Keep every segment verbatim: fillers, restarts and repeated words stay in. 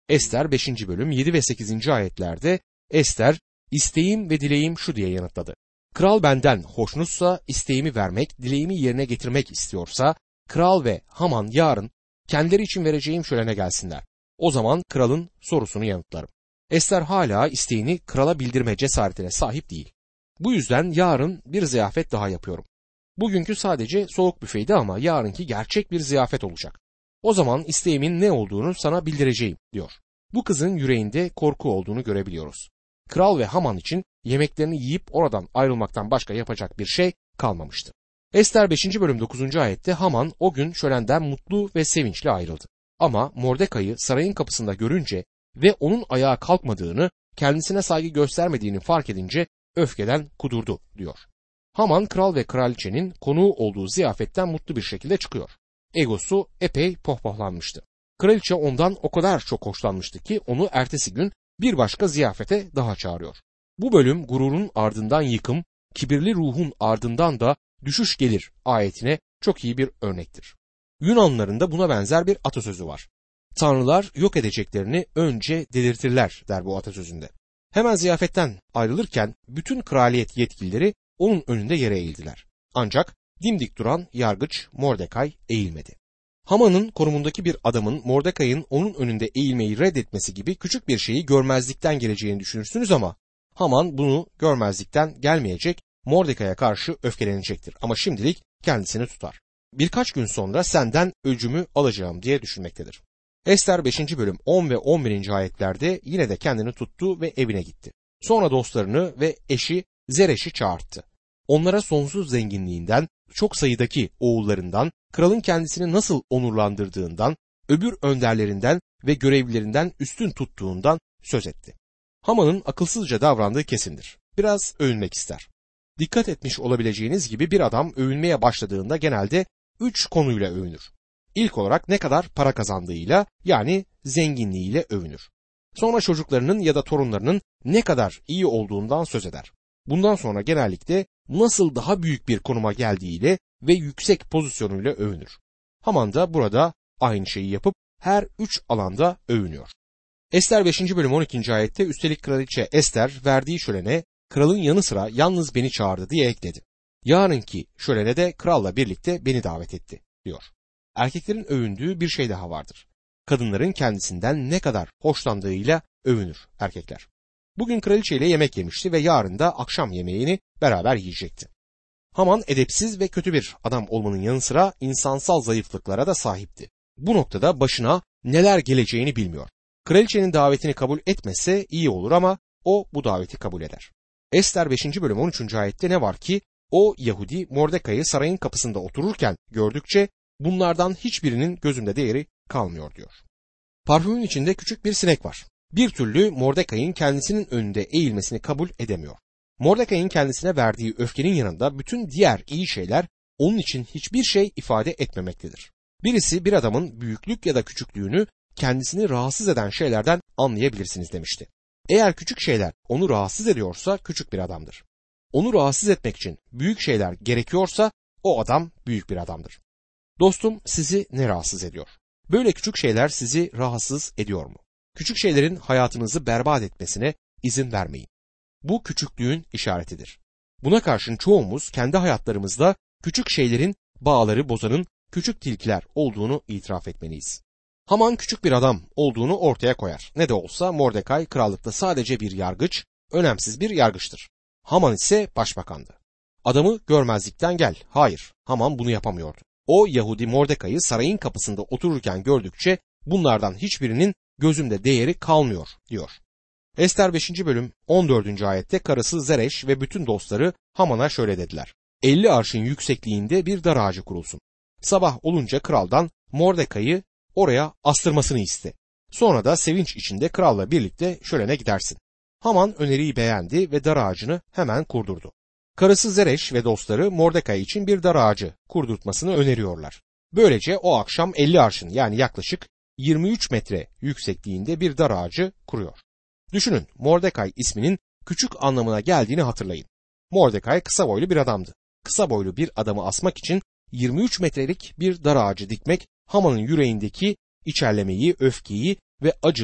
Ester beşinci bölüm yedi ve sekizinci ayetlerde Ester isteğim ve dileğim şu diye yanıtladı. Kral benden hoşnutsa, isteğimi vermek, dileğimi yerine getirmek istiyorsa, kral ve Haman yarın kendileri için vereceğim şölene gelsinler. O zaman kralın sorusunu yanıtlarım. Ester hala isteğini krala bildirme cesaretine sahip değil. Bu yüzden yarın bir ziyafet daha yapıyorum. Bugünkü sadece soğuk büfeydi ama yarınki gerçek bir ziyafet olacak. O zaman isteğimin ne olduğunu sana bildireceğim diyor. Bu kızın yüreğinde korku olduğunu görebiliyoruz. Kral ve Haman için yemeklerini yiyip oradan ayrılmaktan başka yapacak bir şey kalmamıştı. Ester beşinci bölüm dokuzuncu ayette Haman o gün şölenden mutlu ve sevinçli ayrıldı. Ama Mordekai'yi sarayın kapısında görünce ve onun ayağa kalkmadığını, kendisine saygı göstermediğini fark edince öfkeden kudurdu diyor. Haman kral ve kraliçenin konuğu olduğu ziyafetten mutlu bir şekilde çıkıyor. Egosu epey pohpohlanmıştı. Kraliçe ondan o kadar çok hoşlanmıştı ki onu ertesi gün bir başka ziyafete daha çağırıyor. Bu bölüm gururun ardından yıkım, kibirli ruhun ardından da düşüş gelir ayetine çok iyi bir örnektir. Yunanlıların da buna benzer bir atasözü var. Tanrılar yok edeceklerini önce delirtirler der bu atasözünde. Hemen ziyafetten ayrılırken bütün kraliyet yetkilileri onun önünde yere eğildiler. Ancak dimdik duran yargıç Mordekai eğilmedi. Haman'ın konumundaki bir adamın Mordekai'nin onun önünde eğilmeyi reddetmesi gibi küçük bir şeyi görmezlikten geleceğini düşünürsünüz ama Haman bunu görmezlikten gelmeyecek, Mordekai'ye karşı öfkelenecektir ama şimdilik kendisini tutar. Birkaç gün sonra senden öcümü alacağım diye düşünmektedir. Ester beşinci bölüm on ve on birinci ayetlerde yine de kendini tuttu ve evine gitti. Sonra dostlarını ve eşi Zereş'i çağırttı. Onlara sonsuz zenginliğinden, çok sayıdaki oğullarından, kralın kendisini nasıl onurlandırdığından, öbür önderlerinden ve görevlilerinden üstün tuttuğundan söz etti. Haman'ın akılsızca davrandığı kesindir. Biraz övünmek ister. Dikkat etmiş olabileceğiniz gibi bir adam övünmeye başladığında genelde üç konuyla övünür. İlk olarak ne kadar para kazandığıyla, yani zenginliğiyle övünür. Sonra çocuklarının ya da torunlarının ne kadar iyi olduğundan söz eder. Bundan sonra genellikle nasıl daha büyük bir konuma geldiğiyle ve yüksek pozisyonuyla övünür. Haman da burada aynı şeyi yapıp her üç alanda övünüyor. Ester beşinci bölüm on ikinci ayette üstelik kraliçe Ester verdiği şölene kralın yanı sıra yalnız beni çağırdı diye ekledi. Yarınki şölene de kralla birlikte beni davet etti diyor. Erkeklerin övündüğü bir şey daha vardır. Kadınların kendisinden ne kadar hoşlandığıyla övünür erkekler. Bugün kraliçeyle yemek yemişti ve yarın da akşam yemeğini beraber yiyecekti. Haman edepsiz ve kötü bir adam olmanın yanı sıra insansal zayıflıklara da sahipti. Bu noktada başına neler geleceğini bilmiyor. Kraliçenin davetini kabul etmese iyi olur ama o bu daveti kabul eder. Ester beşinci bölüm on üçüncü ayette ne var ki o Yahudi Mordekai'yi sarayın kapısında otururken gördükçe bunlardan hiçbirinin gözünde değeri kalmıyor diyor. Parfümün içinde küçük bir sinek var. Bir türlü Mordekai'nin kendisinin önünde eğilmesini kabul edemiyor. Mordekai'nin kendisine verdiği öfkenin yanında bütün diğer iyi şeyler onun için hiçbir şey ifade etmemektedir. Birisi bir adamın büyüklük ya da küçüklüğünü kendisini rahatsız eden şeylerden anlayabilirsiniz demişti. Eğer küçük şeyler onu rahatsız ediyorsa küçük bir adamdır. Onu rahatsız etmek için büyük şeyler gerekiyorsa o adam büyük bir adamdır. Dostum, sizi ne rahatsız ediyor? Böyle küçük şeyler sizi rahatsız ediyor mu? Küçük şeylerin hayatınızı berbat etmesine izin vermeyin. Bu küçüklüğün işaretidir. Buna karşın çoğumuz kendi hayatlarımızda küçük şeylerin bağları bozanın küçük tilkiler olduğunu itiraf etmeliyiz. Haman küçük bir adam olduğunu ortaya koyar. Ne de olsa Mordekai krallıkta sadece bir yargıç, önemsiz bir yargıçtır. Haman ise başbakandı. Adamı görmezlikten gel. Hayır, Haman bunu yapamıyordu. O Yahudi Mordekai'yi sarayın kapısında otururken gördükçe bunlardan hiçbirinin gözümde değeri kalmıyor diyor. Ester beşinci bölüm on dördüncü ayette karısı Zereş ve bütün dostları Haman'a şöyle dediler. elli arşın yüksekliğinde bir dar ağacı kurulsun. Sabah olunca kraldan Mordekai'yi oraya astırmasını iste. Sonra da sevinç içinde kralla birlikte şölene gidersin. Haman öneriyi beğendi ve dar ağacını hemen kurdurdu. Karısı Zereş ve dostları Mordekai için bir dar ağacı kurdurtmasını öneriyorlar. Böylece o akşam elli arşın yani yaklaşık yirmi üç metre yüksekliğinde bir dar ağacı kuruyor. Düşünün, Mordekai isminin küçük anlamına geldiğini hatırlayın. Mordekai kısa boylu bir adamdı. Kısa boylu bir adamı asmak için yirmi üç metrelik bir dar ağacı dikmek Haman'ın yüreğindeki içerlemeyi, öfkeyi ve acılığı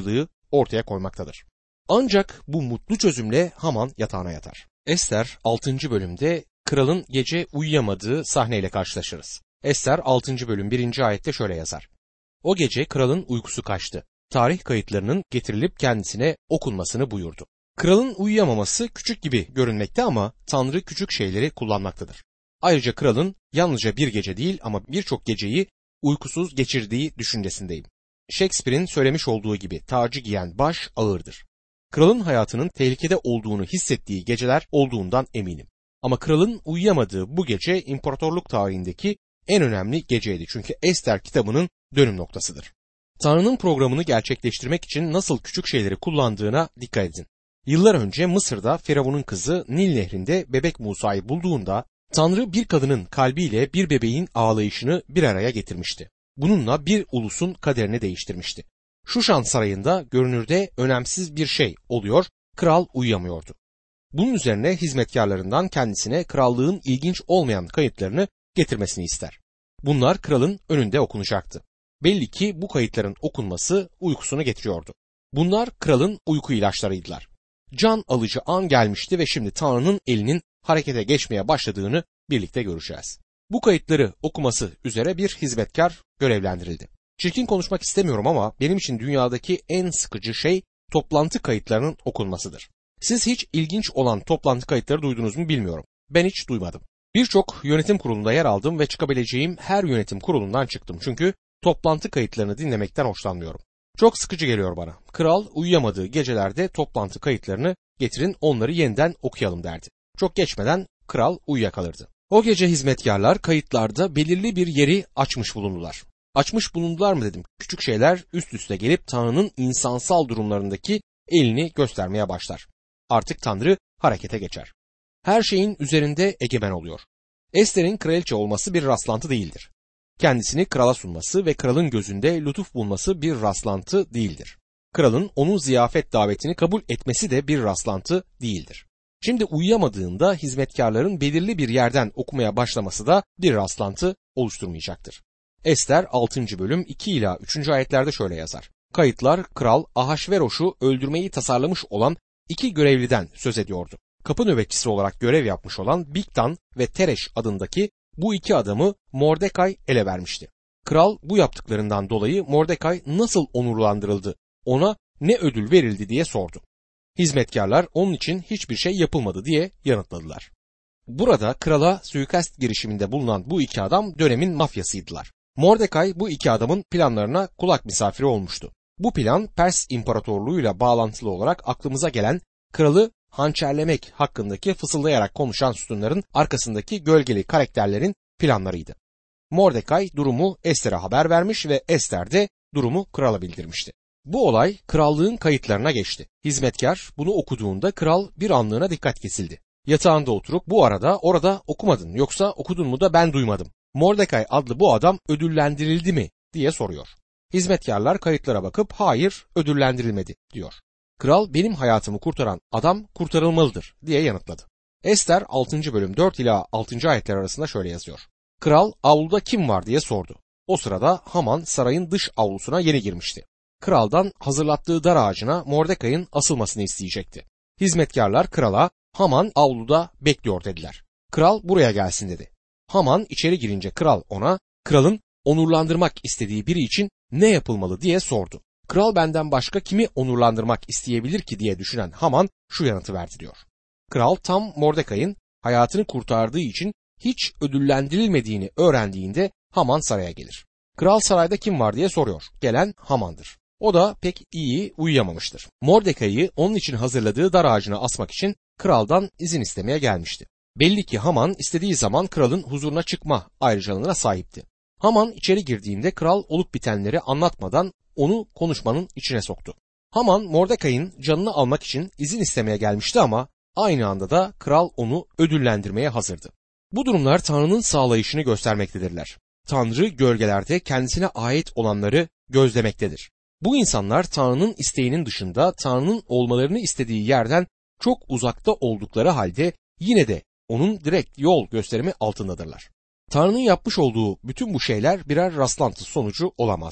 ortaya koymaktadır. Ancak bu mutlu çözümle Haman yatağına yatar. Ester altıncı bölümde kralın gece uyuyamadığı sahneyle karşılaşırız. Ester altıncı bölüm birinci ayette şöyle yazar. O gece kralın uykusu kaçtı. Tarih kayıtlarının getirilip kendisine okunmasını buyurdu. Kralın uyuyamaması küçük gibi görünmekte ama Tanrı küçük şeyleri kullanmaktadır. Ayrıca kralın yalnızca bir gece değil ama birçok geceyi uykusuz geçirdiği düşüncesindeyim. Shakespeare'in söylemiş olduğu gibi tacı giyen baş ağırdır. Kralın hayatının tehlikede olduğunu hissettiği geceler olduğundan eminim. Ama kralın uyuyamadığı bu gece imparatorluk tarihindeki en önemli geceydi. Çünkü Ester kitabının dönüm noktasıdır. Tanrı'nın programını gerçekleştirmek için nasıl küçük şeyleri kullandığına dikkat edin. Yıllar önce Mısır'da Firavun'un kızı Nil Nehri'nde bebek Musa'yı bulduğunda Tanrı bir kadının kalbiyle bir bebeğin ağlayışını bir araya getirmişti. Bununla bir ulusun kaderini değiştirmişti. Şuşan sarayında görünürde önemsiz bir şey oluyor, kral uyuyamıyordu. Bunun üzerine hizmetkarlarından kendisine krallığın ilginç olmayan kayıtlarını getirmesini ister. Bunlar kralın önünde okunacaktı. Belli ki bu kayıtların okunması uykusunu getiriyordu. Bunlar kralın uyku ilaçlarıydılar. Can alıcı an gelmişti ve şimdi Tanrı'nın elinin harekete geçmeye başladığını birlikte göreceğiz. Bu kayıtları okuması üzere bir hizmetkar görevlendirildi. Çirkin konuşmak istemiyorum ama benim için dünyadaki en sıkıcı şey toplantı kayıtlarının okunmasıdır. Siz hiç ilginç olan toplantı kayıtları duydunuz mu bilmiyorum. Ben hiç duymadım. Birçok yönetim kurulunda yer aldım ve çıkabileceğim her yönetim kurulundan çıktım. Çünkü toplantı kayıtlarını dinlemekten hoşlanmıyorum. Çok sıkıcı geliyor bana. Kral uyuyamadığı gecelerde toplantı kayıtlarını getirin onları yeniden okuyalım derdi. Çok geçmeden kral uyuyakalırdı. O gece hizmetkarlar kayıtlarda belirli bir yeri açmış bulundular. Açmış bulundular mı dedim. Küçük şeyler üst üste gelip Tanrı'nın insansal durumlarındaki elini göstermeye başlar. Artık Tanrı harekete geçer. Her şeyin üzerinde egemen oluyor. Ester'in kraliçe olması bir rastlantı değildir. Kendisini krala sunması ve kralın gözünde lütuf bulması bir rastlantı değildir. Kralın onun ziyafet davetini kabul etmesi de bir rastlantı değildir. Şimdi uyuyamadığında hizmetkarların belirli bir yerden okumaya başlaması da bir rastlantı oluşturmayacaktır. Ester altıncı bölüm iki ila üçüncü ayetlerde şöyle yazar. Kayıtlar kral Ahasveroş'u öldürmeyi tasarlamış olan iki görevliden söz ediyordu. Kapı nöbetçisi olarak görev yapmış olan Bigtan ve Tereş adındaki bu iki adamı Mordekay ele vermişti. Kral bu yaptıklarından dolayı Mordekay nasıl onurlandırıldı, ona ne ödül verildi diye sordu. Hizmetkarlar onun için hiçbir şey yapılmadı diye yanıtladılar. Burada krala suikast girişiminde bulunan bu iki adam dönemin mafyasıydılar. Mordekay bu iki adamın planlarına kulak misafiri olmuştu. Bu plan Pers İmparatorluğu'yla bağlantılı olarak aklımıza gelen kralı hançerlemek hakkındaki fısıldayarak konuşan sütunların arkasındaki gölgeli karakterlerin planlarıydı. Mordekay durumu Ester'e haber vermiş ve Ester de durumu krala bildirmişti. Bu olay krallığın kayıtlarına geçti. Hizmetkar bunu okuduğunda kral bir anlığına dikkat kesildi. Yatağında oturup bu arada orada okumadın yoksa okudun mu da ben duymadım. Mordekay adlı bu adam ödüllendirildi mi diye soruyor. Hizmetkarlar kayıtlara bakıp hayır ödüllendirilmedi diyor. Kral benim hayatımı kurtaran adam kurtarılmalıdır diye yanıtladı. Ester altıncı bölüm dört ila altıncı ayetler arasında şöyle yazıyor. Kral avluda kim var diye sordu. O sırada Haman sarayın dış avlusuna yeni girmişti. Kraldan hazırlattığı dar ağacına Mordekay'ın asılmasını isteyecekti. Hizmetkarlar krala Haman avluda bekliyor dediler. Kral buraya gelsin dedi. Haman içeri girince kral ona kralın onurlandırmak istediği biri için ne yapılmalı diye sordu. Kral benden başka kimi onurlandırmak isteyebilir ki diye düşünen Haman şu yanıtı verdi diyor. Kral tam Mordekay'ın hayatını kurtardığı için hiç ödüllendirilmediğini öğrendiğinde Haman saraya gelir. Kral sarayda kim var diye soruyor. Gelen Haman'dır. O da pek iyi uyuyamamıştır. Mordekay'ı onun için hazırladığı dar ağacına asmak için kraldan izin istemeye gelmişti. Belli ki Haman istediği zaman kralın huzuruna çıkma ayrıcalığına sahipti. Haman içeri girdiğinde kral olup bitenleri anlatmadan onu konuşmanın içine soktu. Haman Mordekay'ın canını almak için izin istemeye gelmişti ama aynı anda da kral onu ödüllendirmeye hazırdı. Bu durumlar Tanrı'nın sağlayışını göstermektedirler. Tanrı gölgelerde kendisine ait olanları gözlemektedir. Bu insanlar Tanrı'nın isteğinin dışında Tanrı'nın olmalarını istediği yerden çok uzakta oldukları halde yine de onun direkt yol gösterimi altındadırlar. Tanrı'nın yapmış olduğu bütün bu şeyler birer rastlantı sonucu olamazdı.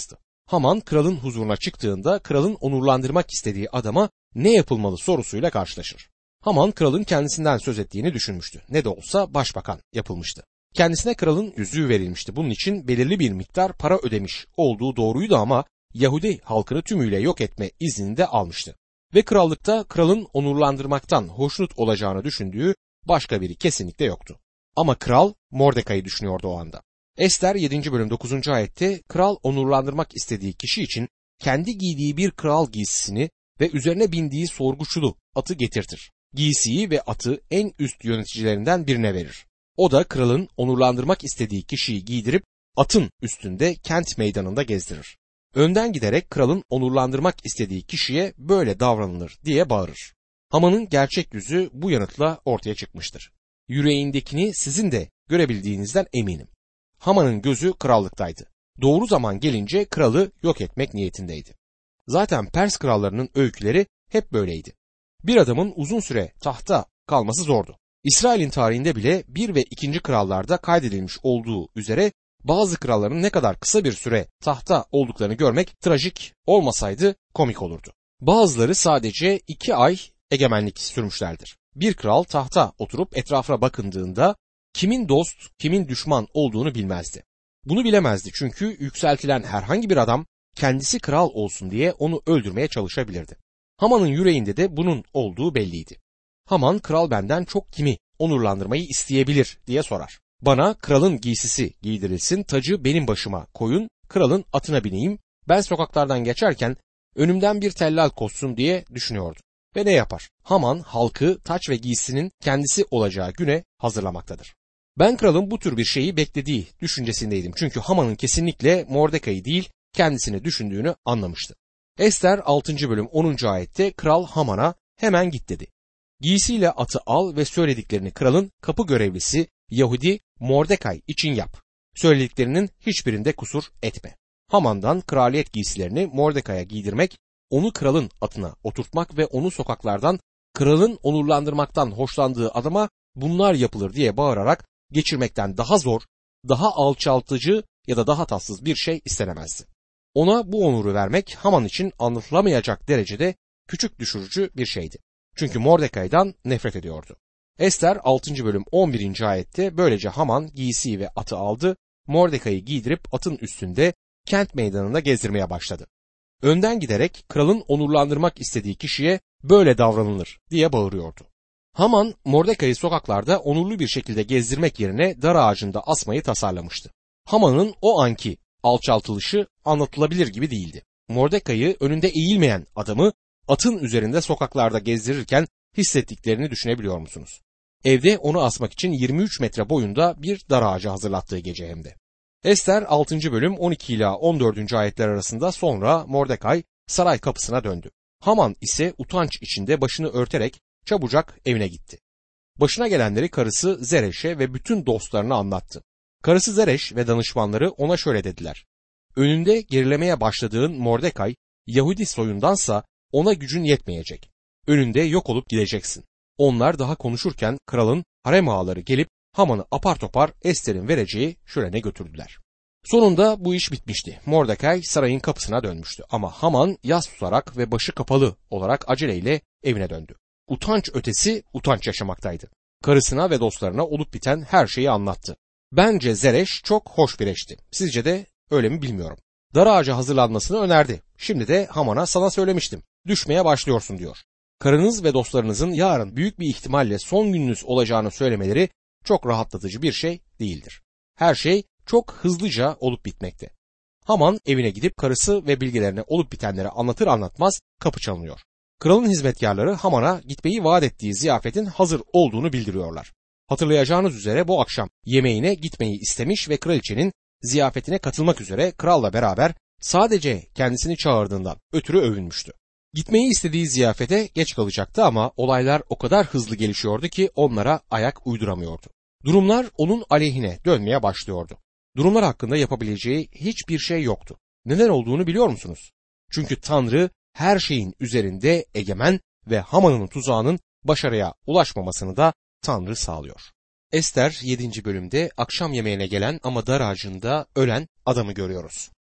Haman kralın huzuruna çıktığında kralın onurlandırmak istediği adama ne yapılmalı sorusuyla karşılaşır. Haman kralın kendisinden söz ettiğini düşünmüştü. Ne de olsa başbakan yapılmıştı. Kendisine kralın yüzüğü verilmişti. Bunun için belirli bir miktar para ödemiş olduğu doğruydu ama Yahudi halkını tümüyle yok etme iznini de almıştı. Ve krallıkta kralın onurlandırmaktan hoşnut olacağını düşündüğü başka biri kesinlikle yoktu. Ama kral Mordekai'yi düşünüyordu o anda. Ester yedinci bölüm dokuzuncu ayette kral onurlandırmak istediği kişi için kendi giydiği bir kral giysisini ve üzerine bindiği sorguçulu atı getirtir. Giysiyi ve atı en üst yöneticilerinden birine verir. O da kralın onurlandırmak istediği kişiyi giydirip atın üstünde kent meydanında gezdirir. Önden giderek kralın onurlandırmak istediği kişiye böyle davranılır diye bağırır. Haman'ın gerçek yüzü bu yanıtla ortaya çıkmıştır. Yüreğindekini sizin de görebildiğinizden eminim. Haman'ın gözü krallıktaydı. Doğru zaman gelince kralı yok etmek niyetindeydi. Zaten Pers krallarının öyküleri hep böyleydi. Bir adamın uzun süre tahta kalması zordu. İsrail'in tarihinde bile bir ve ikinci krallarda kaydedilmiş olduğu üzere bazı kralların ne kadar kısa bir süre tahta olduklarını görmek trajik olmasaydı komik olurdu. Bazıları sadece iki ay egemenlik sürmüşlerdir. Bir kral tahta oturup etrafına bakındığında kimin dost, kimin düşman olduğunu bilmezdi. Bunu bilemezdi çünkü yükseltilen herhangi bir adam kendisi kral olsun diye onu öldürmeye çalışabilirdi. Haman'ın yüreğinde de bunun olduğu belliydi. Haman kral benden çok kimi onurlandırmayı isteyebilir diye sorar. Bana kralın giysisi giydirilsin, tacı benim başıma koyun, kralın atına bineyim, ben sokaklardan geçerken önümden bir tellal koşsun diye düşünüyordu. Ve ne yapar? Haman halkı taç ve giysinin kendisi olacağı güne hazırlamaktadır. Ben kralın bu tür bir şeyi beklediği düşüncesindeydim. Çünkü Haman'ın kesinlikle Mordekai'yi değil kendisini düşündüğünü anlamıştı. Ester altıncı bölüm onuncu ayette kral Haman'a hemen git dedi. Giysiyle atı al ve söylediklerini kralın kapı görevlisi Yahudi Mordekai için yap. Söylediklerinin hiçbirinde kusur etme. Haman'dan kraliyet giysilerini Mordekai'ye giydirmek, onu kralın atına oturtmak ve onu sokaklardan kralın onurlandırmaktan hoşlandığı adama bunlar yapılır diye bağırarak geçirmekten daha zor, daha alçaltıcı ya da daha tatsız bir şey istenemezdi. Ona bu onuru vermek Haman için anlatılamayacak derecede küçük düşürücü bir şeydi. Çünkü Mordekai'den nefret ediyordu. Ester altıncı bölüm on birinci ayette böylece Haman giysiyi ve atı aldı, Mordekai'yi giydirip atın üstünde kent meydanında gezdirmeye başladı. Önden giderek kralın onurlandırmak istediği kişiye böyle davranılır diye bağırıyordu. Haman Mordekai'yi sokaklarda onurlu bir şekilde gezdirmek yerine dar ağacında asmayı tasarlamıştı. Haman'ın o anki alçaltılışı anlatılabilir gibi değildi. Mordekai'yi önünde eğilmeyen adamı atın üzerinde sokaklarda gezdirirken hissettiklerini düşünebiliyor musunuz? Evde onu asmak için yirmi üç metre boyunda bir dar ağacı hazırlattığı gece hem de. Ester altıncı bölüm on iki ila on dördüncü ayetler arasında sonra Mordekai saray kapısına döndü. Haman ise utanç içinde başını örterek çabucak evine gitti. Başına gelenleri karısı Zereş'e ve bütün dostlarına anlattı. Karısı Zereş ve danışmanları ona şöyle dediler. Önünde gerilemeye başladığın Mordekai, Yahudi soyundansa ona gücün yetmeyecek. Önünde yok olup gideceksin. Onlar daha konuşurken kralın harem ağaları gelip Haman'ı apar topar Ester'in vereceği şölene götürdüler. Sonunda bu iş bitmişti. Mordekai sarayın kapısına dönmüştü ama Haman yas tutarak ve başı kapalı olarak aceleyle evine döndü. Utanç ötesi utanç yaşamaktaydı. Karısına ve dostlarına olup biten her şeyi anlattı. Bence Zereş çok hoş bir eşti. Sizce de öyle mi bilmiyorum. Dar ağacı hazırlanmasını önerdi. Şimdi de Haman'a sana söylemiştim. Düşmeye başlıyorsun diyor. Karınız ve dostlarınızın yarın büyük bir ihtimalle son gününüz olacağını söylemeleri çok rahatlatıcı bir şey değildir. Her şey çok hızlıca olup bitmekte. Haman evine gidip karısı ve bilgilerine olup bitenleri anlatır anlatmaz kapı çalınıyor. Kralın hizmetkarları Haman'a gitmeyi vaat ettiği ziyafetin hazır olduğunu bildiriyorlar. Hatırlayacağınız üzere bu akşam yemeğine gitmeyi istemiş ve kraliçenin ziyafetine katılmak üzere kralla beraber sadece kendisini çağırdığından ötürü övünmüştü. Gitmeyi istediği ziyafete geç kalacaktı ama olaylar o kadar hızlı gelişiyordu ki onlara ayak uyduramıyordu. Durumlar onun aleyhine dönmeye başlıyordu. Durumlar hakkında yapabileceği hiçbir şey yoktu. Neden olduğunu biliyor musunuz? Çünkü Tanrı her şeyin üzerinde egemen ve Haman'ın tuzağının başarıya ulaşmamasını da Tanrı sağlıyor. Ester yedinci bölümde akşam yemeğine gelen ama dar ağacında ölen adamı görüyoruz.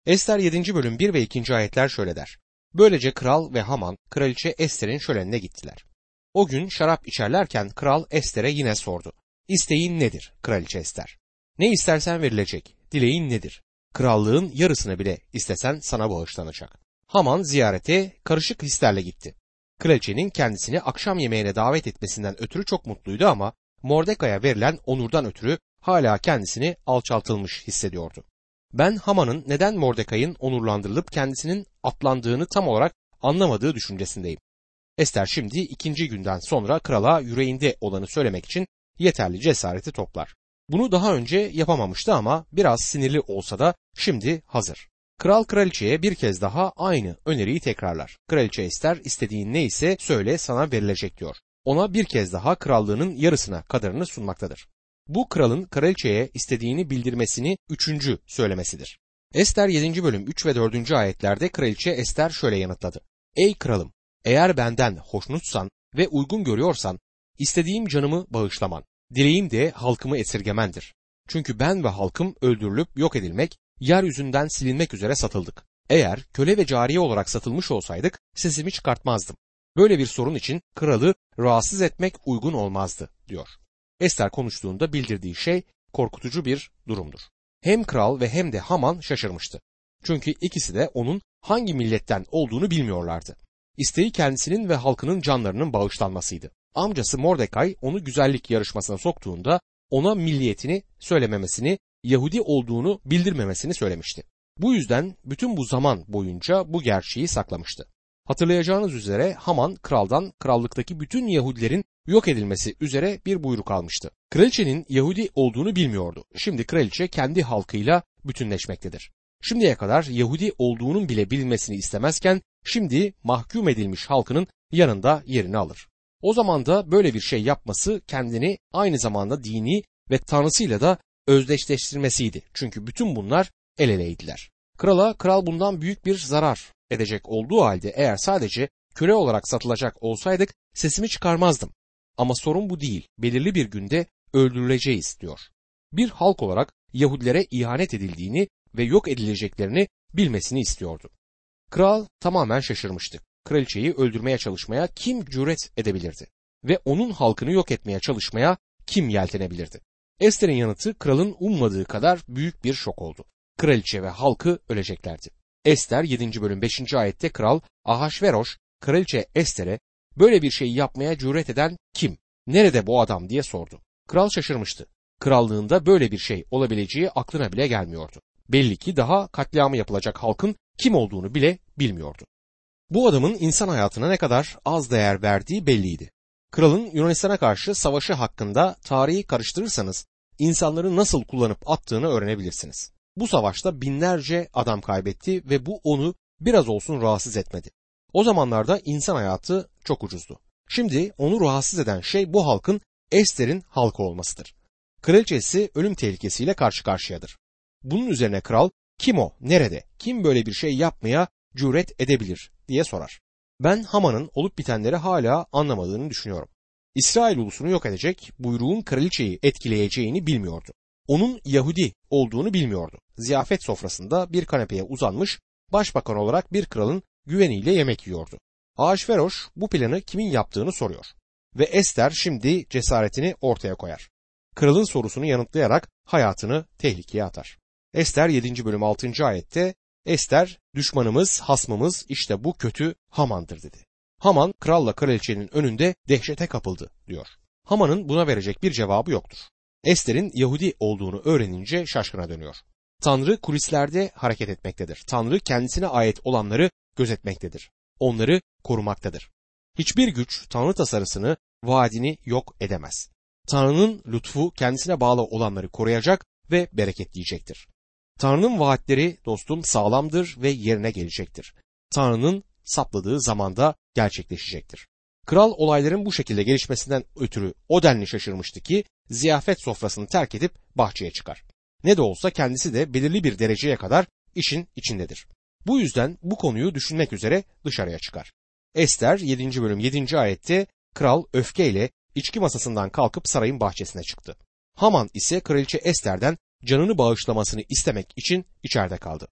Ester yedinci bölüm bir ve ikinci ayetler şöyle der. Böylece kral ve Haman kraliçe Ester'in şölenine gittiler. O gün şarap içerlerken kral Ester'e yine sordu. İsteğin nedir kraliçe Ester? Ne istersen verilecek. Dileğin nedir? Krallığın yarısını bile istesen sana bağışlanacak. Haman ziyarete karışık hislerle gitti. Kraliçenin kendisini akşam yemeğine davet etmesinden ötürü çok mutluydu ama Mordekai'ye verilen onurdan ötürü hala kendisini alçaltılmış hissediyordu. Ben Haman'ın neden Mordekai'nin onurlandırılıp kendisinin atlandığını tam olarak anlamadığı düşüncesindeyim. Ester şimdi ikinci günden sonra krala yüreğinde olanı söylemek için yeterli cesareti toplar. Bunu daha önce yapamamıştı ama biraz sinirli olsa da şimdi hazır. Kral kraliçeye bir kez daha aynı öneriyi tekrarlar. Kraliçe Ester istediğin neyse söyle sana verilecek diyor. Ona bir kez daha krallığının yarısına kadarını sunmaktadır. Bu kralın kraliçeye istediğini bildirmesini üçüncü söylemesidir. Ester yedinci bölüm üç ve dördüncü ayetlerde kraliçe Ester şöyle yanıtladı. Ey kralım, eğer benden hoşnutsan ve uygun görüyorsan istediğim canımı bağışlaman, dileğim de halkımı esirgemendir. Çünkü ben ve halkım öldürülüp yok edilmek, yeryüzünden silinmek üzere satıldık. Eğer köle ve cariye olarak satılmış olsaydık sesimi çıkartmazdım. Böyle bir sorun için kralı rahatsız etmek uygun olmazdı diyor. Ester konuştuğunda bildirdiği şey korkutucu bir durumdur. Hem kral ve hem de Haman şaşırmıştı. Çünkü ikisi de onun hangi milletten olduğunu bilmiyorlardı. İsteği kendisinin ve halkının canlarının bağışlanmasıydı. Amcası Mordekai onu güzellik yarışmasına soktuğunda ona milliyetini söylememesini, Yahudi olduğunu bildirmemesini söylemişti. Bu yüzden bütün bu zaman boyunca bu gerçeği saklamıştı. Hatırlayacağınız üzere Haman kraldan krallıktaki bütün Yahudilerin yok edilmesi üzere bir buyruk almıştı. Kraliçenin Yahudi olduğunu bilmiyordu. Şimdi kraliçe kendi halkıyla bütünleşmektedir. Şimdiye kadar Yahudi olduğunun bile bilinmesini istemezken şimdi mahkum edilmiş halkının yanında yerini alır. O zaman da böyle bir şey yapması kendini aynı zamanda dini ve tanrısıyla da özdeşleştirmesiydi. Çünkü bütün bunlar el eleydiler. Krala kral bundan büyük bir zarar edecek olduğu halde eğer sadece köle olarak satılacak olsaydık sesimi çıkarmazdım. Ama sorun bu değil. Belirli bir günde öldürüleceğiz diyor. Bir halk olarak Yahudilere ihanet edildiğini ve yok edileceklerini bilmesini istiyordu. Kral tamamen şaşırmıştı. Kraliçeyi öldürmeye çalışmaya kim cüret edebilirdi? Ve onun halkını yok etmeye çalışmaya kim yeltenebilirdi? Ester'in yanıtı kralın ummadığı kadar büyük bir şok oldu. Kraliçe ve halkı öleceklerdi. Ester yedinci bölüm beşinci ayette kral Ahasveroş kraliçe Ester'e böyle bir şeyi yapmaya cüret eden kim? Nerede bu adam diye sordu. Kral şaşırmıştı. Krallığında böyle bir şey olabileceği aklına bile gelmiyordu. Belli ki daha katliamı yapılacak halkın kim olduğunu bile bilmiyordu. Bu adamın insan hayatına ne kadar az değer verdiği belliydi. Kralın Yunanistan'a karşı savaşı hakkında tarihi karıştırırsanız insanları nasıl kullanıp attığını öğrenebilirsiniz. Bu savaşta binlerce adam kaybetti ve bu onu biraz olsun rahatsız etmedi. O zamanlarda insan hayatı çok ucuzdu. Şimdi onu rahatsız eden şey bu halkın Ester'in halkı olmasıdır. Kraliçesi ölüm tehlikesiyle karşı karşıyadır. Bunun üzerine kral kim o, nerede, kim böyle bir şey yapmaya cüret edebilir diye sorar. Ben Haman'ın olup bitenleri hala anlamadığını düşünüyorum. İsrail ulusunu yok edecek buyruğun kraliçeyi etkileyeceğini bilmiyordu. Onun Yahudi olduğunu bilmiyordu. Ziyafet sofrasında bir kanepeye uzanmış başbakan olarak bir kralın güveniyle yemek yiyordu. Ahasveroş bu planı kimin yaptığını soruyor. Ve Ester şimdi cesaretini ortaya koyar. Kralın sorusunu yanıtlayarak hayatını tehlikeye atar. Ester yedinci bölüm altıncı ayette Ester düşmanımız, hasmımız işte bu kötü Haman'dır dedi. Haman kralla kraliçenin önünde dehşete kapıldı diyor. Haman'ın buna verecek bir cevabı yoktur. Ester'in Yahudi olduğunu öğrenince şaşkına dönüyor. Tanrı kulislerde hareket etmektedir. Tanrı kendisine ait olanları gözetmektedir. Onları korumaktadır. Hiçbir güç Tanrı tasarısını, vaadini yok edemez. Tanrı'nın lütfu kendisine bağlı olanları koruyacak ve bereketleyecektir. Tanrı'nın vaatleri dostum sağlamdır ve yerine gelecektir. Tanrı'nın sapladığı zamanda gerçekleşecektir. Kral olayların bu şekilde gelişmesinden ötürü o denli şaşırmıştı ki ziyafet sofrasını terk edip bahçeye çıkar. Ne de olsa kendisi de belirli bir dereceye kadar işin içindedir. Bu yüzden bu konuyu düşünmek üzere dışarıya çıkar. Ester yedinci bölüm yedinci ayette kral öfkeyle içki masasından kalkıp sarayın bahçesine çıktı. Haman ise kraliçe Ester'den canını bağışlamasını istemek için içeride kaldı.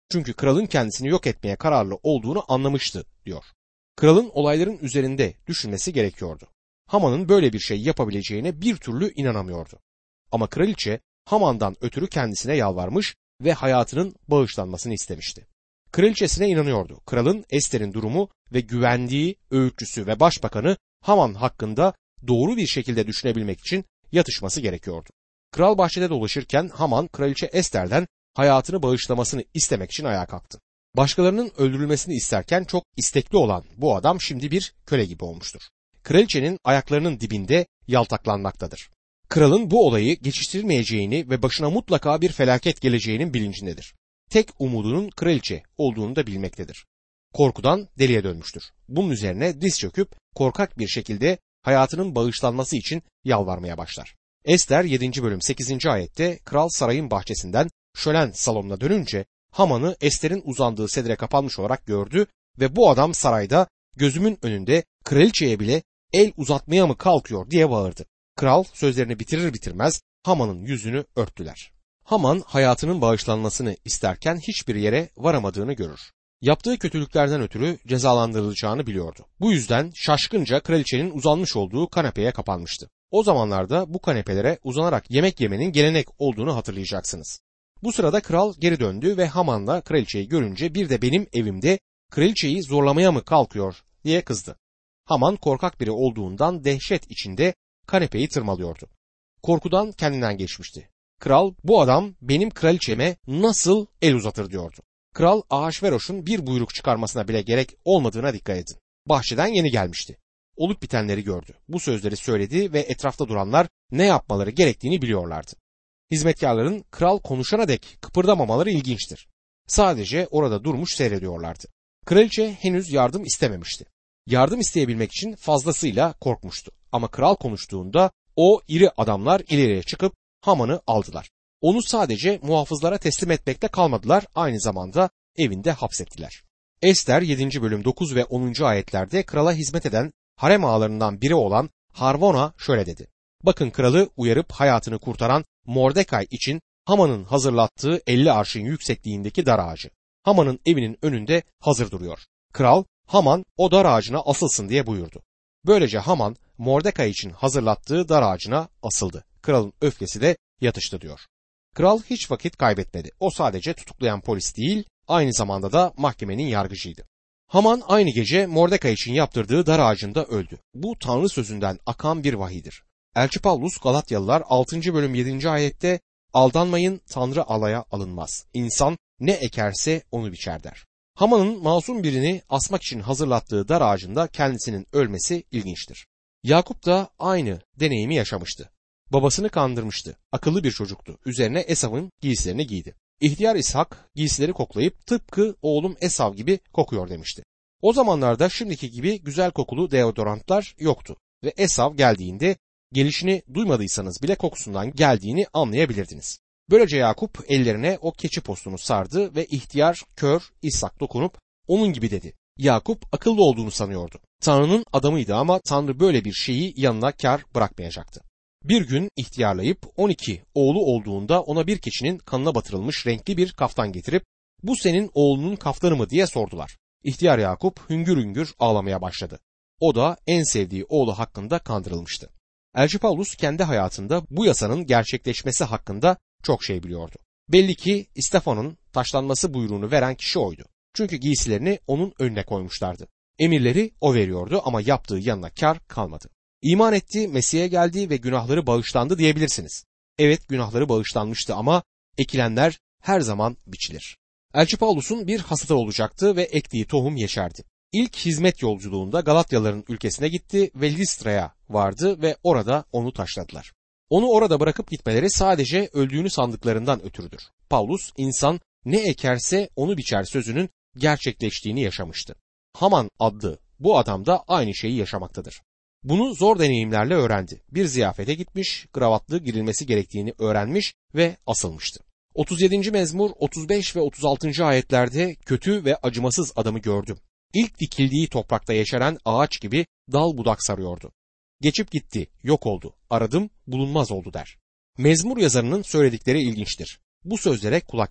Çünkü kralın kendisini yok etmeye kararlı olduğunu anlamıştı diyor. Kralın olayların üzerinde düşünmesi gerekiyordu. Haman'ın böyle bir şey yapabileceğine bir türlü inanamıyordu. Ama kraliçe Haman'dan ötürü kendisine yalvarmış ve hayatının bağışlanmasını istemişti. Kraliçesine inanıyordu. Kralın Ester'in durumu ve güvendiği öğütçüsü ve başbakanı Haman hakkında doğru bir şekilde düşünebilmek için yatışması gerekiyordu. Kral bahçede dolaşırken Haman kraliçe Ester'den hayatını bağışlamasını istemek için ayağa kalktı. Başkalarının öldürülmesini isterken çok istekli olan bu adam şimdi bir köle gibi olmuştur. Kraliçenin ayaklarının dibinde yaltaklanmaktadır. Kralın bu olayı geçiştirmeyeceğini ve başına mutlaka bir felaket geleceğinin bilincindedir. Tek umudunun kraliçe olduğunu da bilmektedir. Korkudan deliye dönmüştür. Bunun üzerine diz çöküp korkak bir şekilde hayatının bağışlanması için yalvarmaya başlar. Ester yedinci bölüm sekizinci ayette kral sarayın bahçesinden şölen salonuna dönünce Haman'ı Ester'in uzandığı sedire kapanmış olarak gördü ve bu adam sarayda gözümün önünde kraliçeye bile el uzatmaya mı kalkıyor diye bağırdı. Kral sözlerini bitirir bitirmez Haman'ın yüzünü örttüler. Haman hayatının bağışlanmasını isterken hiçbir yere varamadığını görür. Yaptığı kötülüklerden ötürü cezalandırılacağını biliyordu. Bu yüzden şaşkınca kraliçenin uzanmış olduğu kanepeye kapanmıştı. O zamanlarda bu kanepelere uzanarak yemek yemenin gelenek olduğunu hatırlayacaksınız. Bu sırada kral geri döndü ve Haman'la kraliçeyi görünce bir de benim evimde kraliçeyi zorlamaya mı kalkıyor diye kızdı. Haman korkak biri olduğundan dehşet içinde kanepeyi tırmalıyordu. Korkudan kendinden geçmişti. Kral bu adam benim kraliçeme nasıl el uzatır diyordu. Kral Ahasveroş'un bir buyruk çıkarmasına bile gerek olmadığına dikkat edin. Bahçeden yeni gelmişti. Olup bitenleri gördü. Bu sözleri söyledi ve etrafta duranlar ne yapmaları gerektiğini biliyorlardı. Hizmetkarların kral konuşana dek kıpırdamamaları ilginçtir. Sadece orada durmuş seyrediyorlardı. Kraliçe henüz yardım istememişti. Yardım isteyebilmek için fazlasıyla korkmuştu. Ama kral konuştuğunda o iri adamlar ileriye çıkıp Haman'ı aldılar. Onu sadece muhafızlara teslim etmekte kalmadılar, aynı zamanda evinde hapsettiler. Ester yedinci bölüm dokuz ve onuncu ayetlerde krala hizmet eden harem ağalarından biri olan Harvona şöyle dedi. Bakın kralı uyarıp hayatını kurtaran Mordekay için Haman'ın hazırlattığı elli arşın yüksekliğindeki dar ağacı. Haman'ın evinin önünde hazır duruyor. Kral Haman o dar ağacına asılsın diye buyurdu. Böylece Haman Mordekay için hazırlattığı dar ağacına asıldı. Kralın öfkesi de yatıştı diyor. Kral hiç vakit kaybetmedi. O sadece tutuklayan polis değil, aynı zamanda da mahkemenin yargıcıydı. Haman aynı gece Mordekay için yaptırdığı dar ağacında öldü. Bu Tanrı sözünden akan bir vahidir. Elçi Pavlus Galatyalılar altıncı bölüm yedinci ayette aldanmayın, Tanrı alaya alınmaz. İnsan ne ekerse onu biçer der. Haman'ın masum birini asmak için hazırlattığı dar ağacında kendisinin ölmesi ilginçtir. Yakup da aynı deneyimi yaşamıştı. Babasını kandırmıştı. Akıllı bir çocuktu. Üzerine Esav'ın giysilerini giydi. İhtiyar İshak giysileri koklayıp tıpkı oğlum Esav gibi kokuyor demişti. O zamanlarda şimdiki gibi güzel kokulu deodorantlar yoktu ve Esav geldiğinde gelişini duymadıysanız bile kokusundan geldiğini anlayabilirdiniz. Böylece Yakup ellerine o keçi postunu sardı ve ihtiyar kör İshak dokunup onun gibi dedi. Yakup akıllı olduğunu sanıyordu. Tanrı'nın adamıydı ama Tanrı böyle bir şeyi yanına kar bırakmayacaktı. Bir gün ihtiyarlayıp on iki oğlu olduğunda ona bir keçinin kanına batırılmış renkli bir kaftan getirip bu senin oğlunun kaftanı mı diye sordular. İhtiyar Yakup hüngür hüngür ağlamaya başladı. O da en sevdiği oğlu hakkında kandırılmıştı. Elçi Pavlus kendi hayatında bu yasanın gerçekleşmesi hakkında çok şey biliyordu. Belli ki İstefan'ın taşlanması buyruğunu veren kişi oydu. Çünkü giysilerini onun önüne koymuşlardı. Emirleri o veriyordu ama yaptığı yanına kar kalmadı. İman etti, Mesih'e geldi ve günahları bağışlandı diyebilirsiniz. Evet, günahları bağışlanmıştı ama ekilenler her zaman biçilir. Elçi Pavlus'un bir hasadı olacaktı ve ektiği tohum yeşerdi. İlk hizmet yolculuğunda Galatyalıların ülkesine gitti ve Listra'ya vardı ve orada onu taşladılar. Onu orada bırakıp gitmeleri sadece öldüğünü sandıklarından ötürüdür. Pavlus, insan ne ekerse onu biçer sözünün gerçekleştiğini yaşamıştı. Haman adlı bu adam da aynı şeyi yaşamaktadır. Bunu zor deneyimlerle öğrendi. Bir ziyafete gitmiş, kravatlı girilmesi gerektiğini öğrenmiş ve asılmıştı. otuz yedinci mezmur otuz beş ve otuz altıncı ayetlerde kötü ve acımasız adamı gördüm. İlk dikildiği toprakta yeşeren ağaç gibi dal budak sarıyordu. Geçip gitti, yok oldu, aradım, bulunmaz oldu der. Mezmur yazarının söyledikleri ilginçtir. Bu sözlere kulak verin.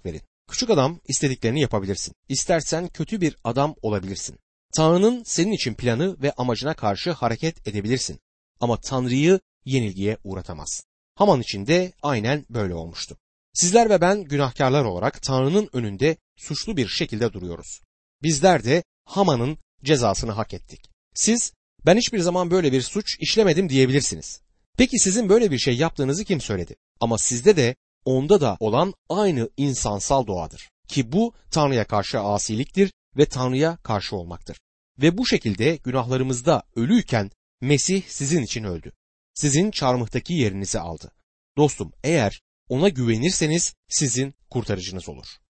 Küçük adam istediklerini yapabilirsin. İstersen kötü bir adam olabilirsin. Tanrı'nın senin için planı ve amacına karşı hareket edebilirsin. Ama Tanrı'yı yenilgiye uğratamaz. Haman için de aynen böyle olmuştu. Sizler ve ben günahkarlar olarak Tanrı'nın önünde suçlu bir şekilde duruyoruz. Bizler de Haman'ın cezasını hak ettik. Siz, ben hiçbir zaman böyle bir suç işlemedim diyebilirsiniz. Peki sizin böyle bir şey yaptığınızı kim söyledi? Ama sizde de onda da olan aynı insansal doğadır. Ki bu Tanrı'ya karşı asiliktir ve Tanrı'ya karşı olmaktır. Ve bu şekilde günahlarımızda ölüyken Mesih sizin için öldü. Sizin çarmıhtaki yerinizi aldı. Dostum, eğer ona güvenirseniz sizin kurtarıcınız olur.